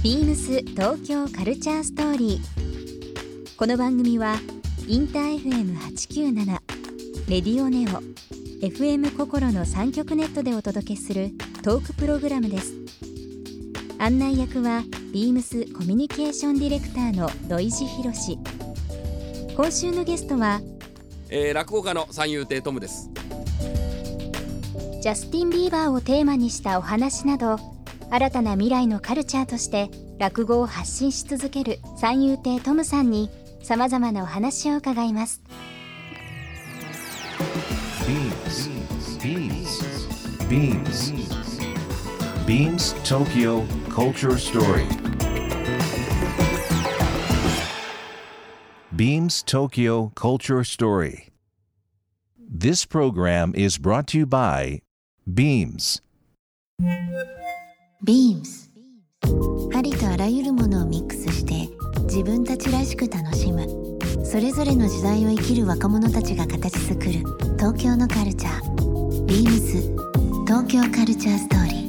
ビームス東京カルチャーストーリー。この番組はインター FM897 レディオネオ FM 心の3極ネットでお届けするトークプログラムです。案内役はビームスコミュニケーションディレクターの土井博志。今週のゲストは、 落語家の三遊亭トムです。 ジャスティン・ビーバーをテーマにしたお話など、新たな未来のカルチャーとして落語を発信し続ける三遊亭トムさんにさまざまなお話を伺います。 Beams Tokyo Culture Story. Beams Tokyo Culture Story. This program is brought to you by Beams. Beams ありとあらゆるものをミックスして自分たちらしく楽しむ、それぞれの時代を生きる若者たちが形作る東京のカルチャー。 Beams 東京カルチャーストーリー。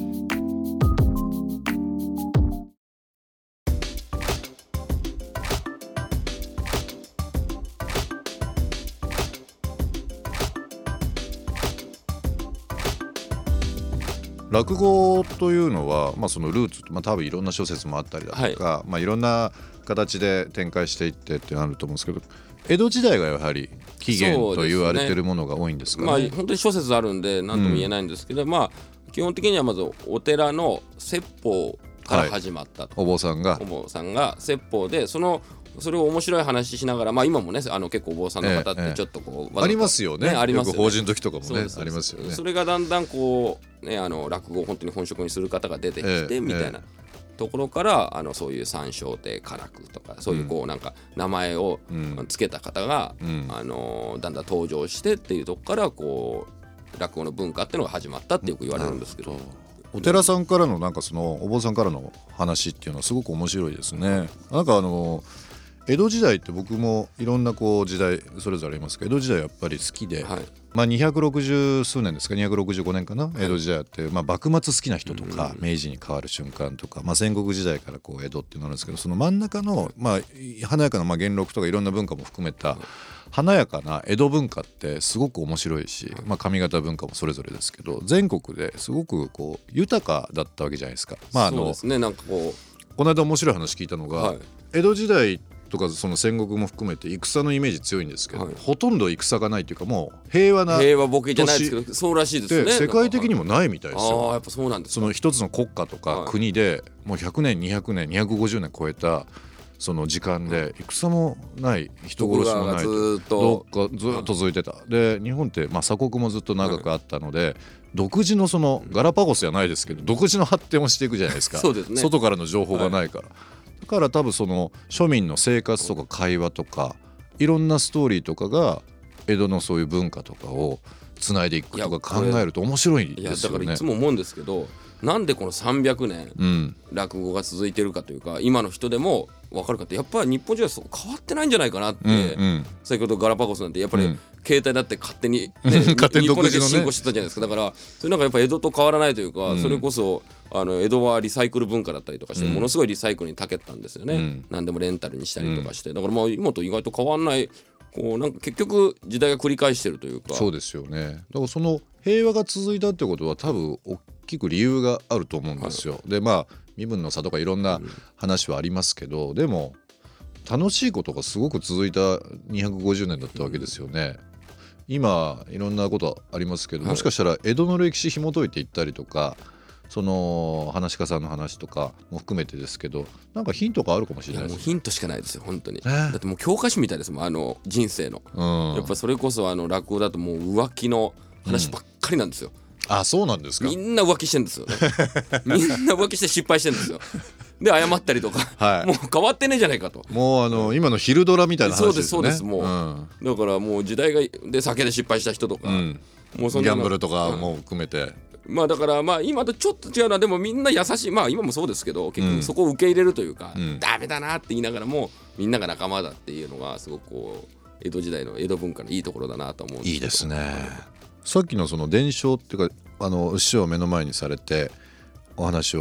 落語というのは、そのルーツ、多分いろんな諸説もあったりだとか、いろんな形で展開していってってなると思うんですけど、江戸時代がやはり起源と言われているものが多いんですかね。 本当に諸説あるんで何とも言えないんですけど、基本的にはまずお寺の説法から始まったと、 お坊さんが説法でそれを面白い話しながら、今もね結構お坊さんの方ってちょっとこう、 ありますよね。 ありますよね。 よく法事の時とかもねありますよね。 それがだんだんこうね、落語を本当に本職にする方が出てきてみたいなところから、そういう三笑亭花楽とかそういうなんか名前をつけた方が、だんだん登場してっていうとこからこう落語の文化っていうのが始まったってよく言われるんですけど、 お寺さんからのそのお坊さんからの話っていうのはすごく面白いですね。江戸時代って僕もいろんな時代それぞれありますけど、江戸時代やっぱり好きで、260数年ですか、265年かな、江戸時代って、幕末好きな人とか、明治に変わる瞬間とか、戦国時代から江戸ってなるんですけど、その真ん中の、華やかな元禄とかいろんな文化も含めた華やかな江戸文化ってすごく面白いし、上方文化もそれぞれですけど、全国ですごく豊かだったわけじゃないですか。 そうですね。 この間面白い話聞いたのが、江戸時代とかその戦国も含めて戦のイメージ強いんですけど、ほとんど戦がないというか、もう平和ボケじゃないですけど、そうらしいですね。 世界的にもないみたいですよ。 やっぱそうなんですか。 その一つの国家とか国でもう100年200年250年超えたその時間で戦もない人殺しもないずっと続いてた。で日本って鎖国もずっと長くあったので、独自のそのガラパゴスじゃないですけど、独自の発展をしていくじゃないですか。 そうですね。 外からの情報がないから、だから多分その庶民の生活とか会話とかいろんなストーリーとかが江戸のそういう文化とかをつないでいくとか考えると面白いですよね。 だからいつも思うんですけど、なんでこの300年落語が続いてるかというか、今の人でも分かるかって、やっぱり日本人はそう変わってないんじゃないかなって、先ほどガラパゴスなんてやっぱり携帯だって勝手に、 勝手に独自のね日本だけ進行してたじゃないですか。だからそれやっぱ江戸と変わらないというか、それこそ江戸はリサイクル文化だったりとかして、ものすごいリサイクルに長けたんですよね。何でもレンタルにしたりとかして、だから今と意外と変わんない、なんか結局時代が繰り返してるというか。 そうですよね。だからその平和が続いたってことは多分大きく理由があると思うんですよ。で身分の差とかいろんな話はありますけど、でも楽しいことがすごく続いた250年だったわけですよね。今いろんなことありますけど、もしかしたら江戸の歴史紐解いていったりとか、その話し家さんの話とかも含めてですけど、なんかヒントがあるかもしれないです。 もうヒントしかないですよ本当に。だってもう教科書みたいですもん、人生の、やっぱそれこそ落語だともう浮気の話ばっかりなんですよ。 そうなんですか。 みんな浮気してるんですよね。みんな浮気して失敗してるんですよ。で謝ったりとか、もう変わってねえじゃないかと。 もう今の昼ドラみたいな話ですね。 そうですもう、だからもう時代がで酒で失敗した人とか、もうそんなギャンブルとかも含めて、 だから今とちょっと違うのは、でもみんな優しい、今もそうですけど、結局そこを受け入れるというか、ダメだなって言いながらもみんなが仲間だっていうのがすごく江戸時代の江戸文化のいいところだなと思うんですけど。 いいですね。さっきのその伝承っていうか師匠を目の前にされてお話を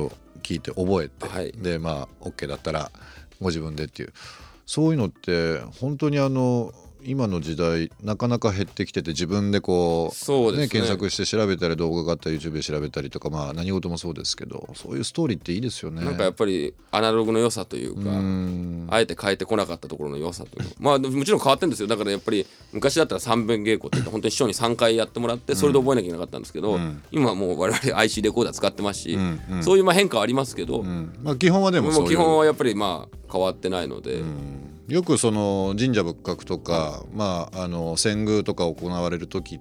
聞いて覚えて、はい、でまあ OK だったらご自分でっていう、そういうのって本当に今の時代なかなか減ってきてて、自分でこう、 そうですね、 検索して調べたり動画があったり YouTube で調べたりとか、まあ何事もそうですけど、そういうストーリーっていいですよね。 なんかやっぱりアナログの良さというか、あえて変えてこなかったところの良さというまあもちろん変わってるんですよ。だからやっぱり昔だったら3遍稽古って言って本当に師匠に3回やってもらってそれで覚えなきゃいけなかったんですけど、今はもう我々 IC レコーダー使ってますし、そういうまあ変化はありますけど、 まあ基本はでもそういう、 基本はやっぱりまあ変わってないので、 よくその神社仏閣とか、まあ遷宮とか行われる時って、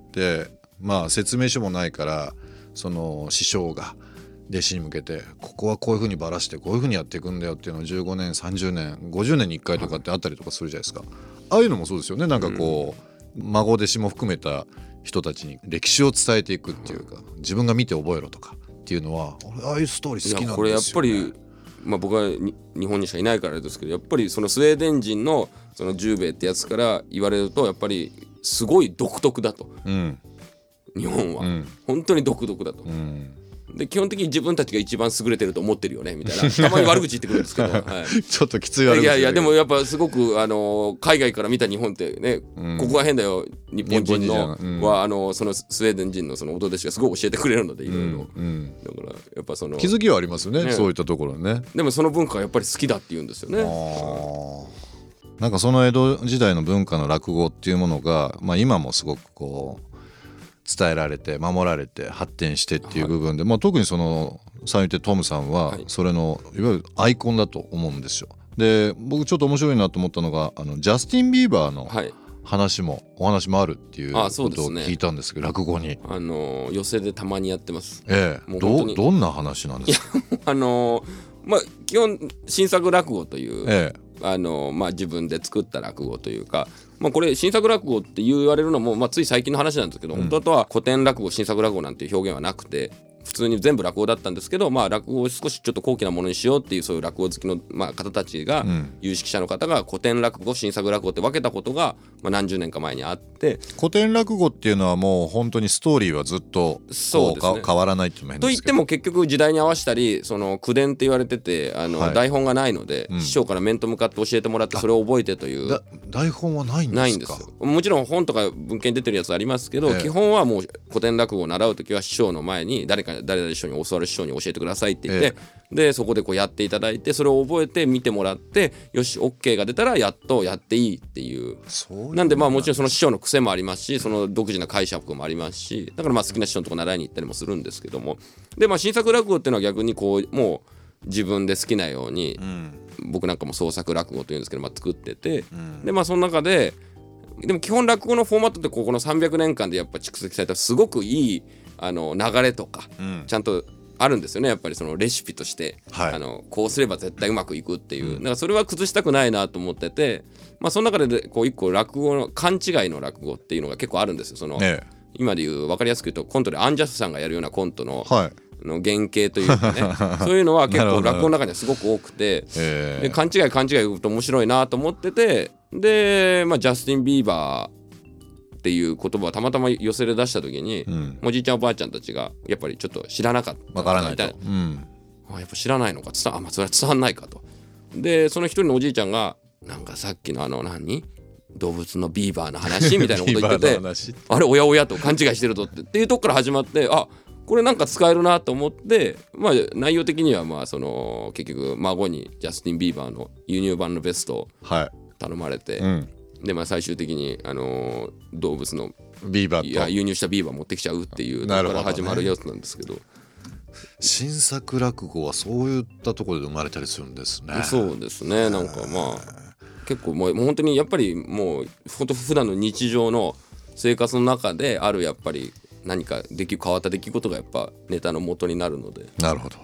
まあ説明書もないから、その師匠が弟子に向けてここはこういう風にばらしてこういう風にやっていくんだよっていうのを15年30年50年に1回とかってあったりとかするじゃないですか。ああいうのもそうですよね。なんかこう、孫弟子も含めた人たちに歴史を伝えていくっていうか、自分が見て覚えろとかっていうのは、俺ああいうストーリー好きなんですよね。いやこれやっぱりまあ、僕は日本にしかいないからですけど、やっぱりそのスウェーデン人のその十兵衛ってやつから言われるとやっぱりすごい独特だと、日本は、本当に独特だと、で基本的に自分たちが一番優れてると思ってるよねみたいなたまに悪口言ってくるんですけど、はい、 ちょっときつい悪口。 いやでもやっぱすごく海外から見た日本ってね、ここが変だよ日本人のはそのスウェーデン人のその弟弟子がすごく教えてくれるのでいろいろ、だからやっぱその気づきはありますよね、そういったところね。 でもその文化がやっぱり好きだって言うんですよね。 なんかその江戸時代の文化の落語っていうものが、まあ、今もすごくこう伝えられて守られて発展してっていう部分で、まあ、特にそのさん言ってトムさんはそれのいわゆるアイコンだと思うんですよ。で僕ちょっと面白いなと思ったのがジャスティン・ビーバーの話も、お話もあるっていうことを聞いたんですけど、落語に寄席でたまにやってます。 もうどんな話なんですか？ まあ基本新作落語という、まあ、自分で作った落語というか、まあ、これ新作落語って言われるのも、まあ、つい最近の話なんですけど、本当は古典落語新作落語なんていう表現はなくて普通に全部落語だったんですけど、まあ、落語を少しちょっと高貴なものにしようっていうそういう落語好きの、まあ、方たちが、有識者の方が古典落語新作落語って分けたことが、まあ、何十年か前にあって、 古典落語っていうのはもう本当にストーリーはずっとそうですね、変わらないっていうのも変ですけど、 と言っても結局時代に合わせたりその口伝って言われてて台本がないので、師匠から面と向かって教えてもらってそれを覚えてという台本はないんですか？ ないんですよ。もちろん本とか文献に出てるやつありますけど、基本はもう古典落語を習うときは師匠の前に誰々師匠に教わる師匠に教えてくださいって言って、でそこでこうやっていただいてそれを覚えて見てもらって、よし OK が出たらやっとやっていいっていう。なんでまあもちろんその師匠の癖もありますし、その独自な解釈もありますし、だからまあ好きな師匠のとこ習いに行ったりもするんですけども、でまあ新作落語っていうのは逆にこうもう自分で好きなように、僕なんかも創作落語というんですけど、まあ、作ってて、でまあその中ででも基本落語のフォーマットってこの300年間でやっぱ蓄積されたすごくいい流れとか、ちゃんとあるんですよね。やっぱりそのレシピとして、こうすれば絶対うまくいくっていう、だからそれは崩したくないなと思ってて、まあその中でこう一個落語の勘違いの落語っていうのが結構あるんですよ。その、今でいう分かりやすく言うとコントでアンジャッシュさんがやるようなコントの、の原型というかねそういうのは結構落語の中にはすごく多くて、で勘違い言うと面白いなと思ってて、で、まあ、ジャスティン・ビーバーっていう言葉をたまたま寄せで出した時に、おじいちゃんおばあちゃんたちがやっぱりちょっと知らなかったわからないと、やっぱ知らないのかそれは伝わんないかと。でその一人のおじいちゃんがなんかさっきの動物のビーバーの話みたいなこと言っててあれおやおやと勘違いしてるぞっていうとこから始まって、あこれなんか使えるなと思って、まあ、内容的にはまあその結局孫にジャスティン・ビーバーの輸入版のベストを頼まれて、でまあ最終的に動物のビーバーと輸入したビーバー持ってきちゃうっていうところから始まるやつなんですけど、 新作落語はそういったところで生まれたりするんですね。 そうですね。なんかまあ結構もう本当にやっぱりもう本当普段の日常の生活の中であるやっぱり何か変わった出来事がやっぱネタの元になるので。 なるほど。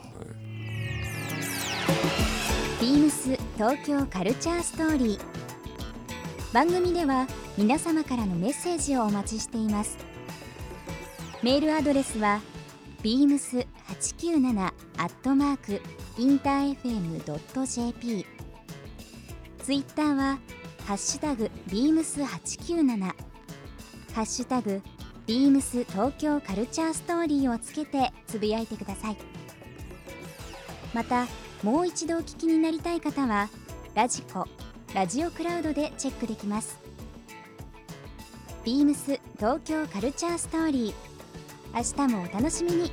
ビームス東京カルチャーストーリー。番組では皆様からのメッセージをお待ちしています。メールアドレスは beams897@interfm.jp、 ツイッターはハッシュタグ beams897、 ハッシュタグビームス東京カルチャーストーリーをつけてつぶやいてください。 またもう一度お聞きになりたい方はラジコ、ラジオクラウドでチェックできます。ビームス東京カルチャーストーリー、明日もお楽しみに。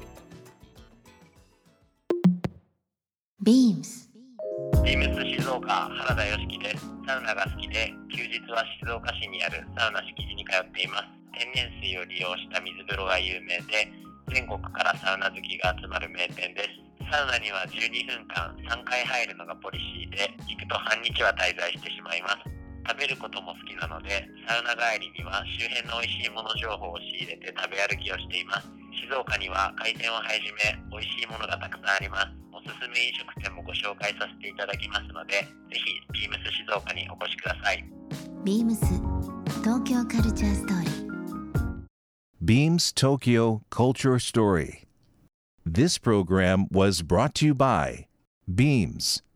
ビームス静岡、原田芳樹です。サウナが好きで休日は静岡市にあるサウナ敷地に通っています。天然水を利用した水風呂が有名で、全国からサウナ好きが集まる名店です。サウナには12分間3回入るのがポリシーで、行くと半日は滞在してしまいます。食べることも好きなので、サウナ帰りには周辺の美味しいもの情報を仕入れて食べ歩きをしています。静岡には海鮮をはじめ美味しいものがたくさんあります。おすすめ飲食店もご紹介させていただきますので、ぜひビームス静岡にお越しください。 ビームス東京カルチャーストーリー。 Beams Tokyo Culture Story. This program was brought to you by Beams.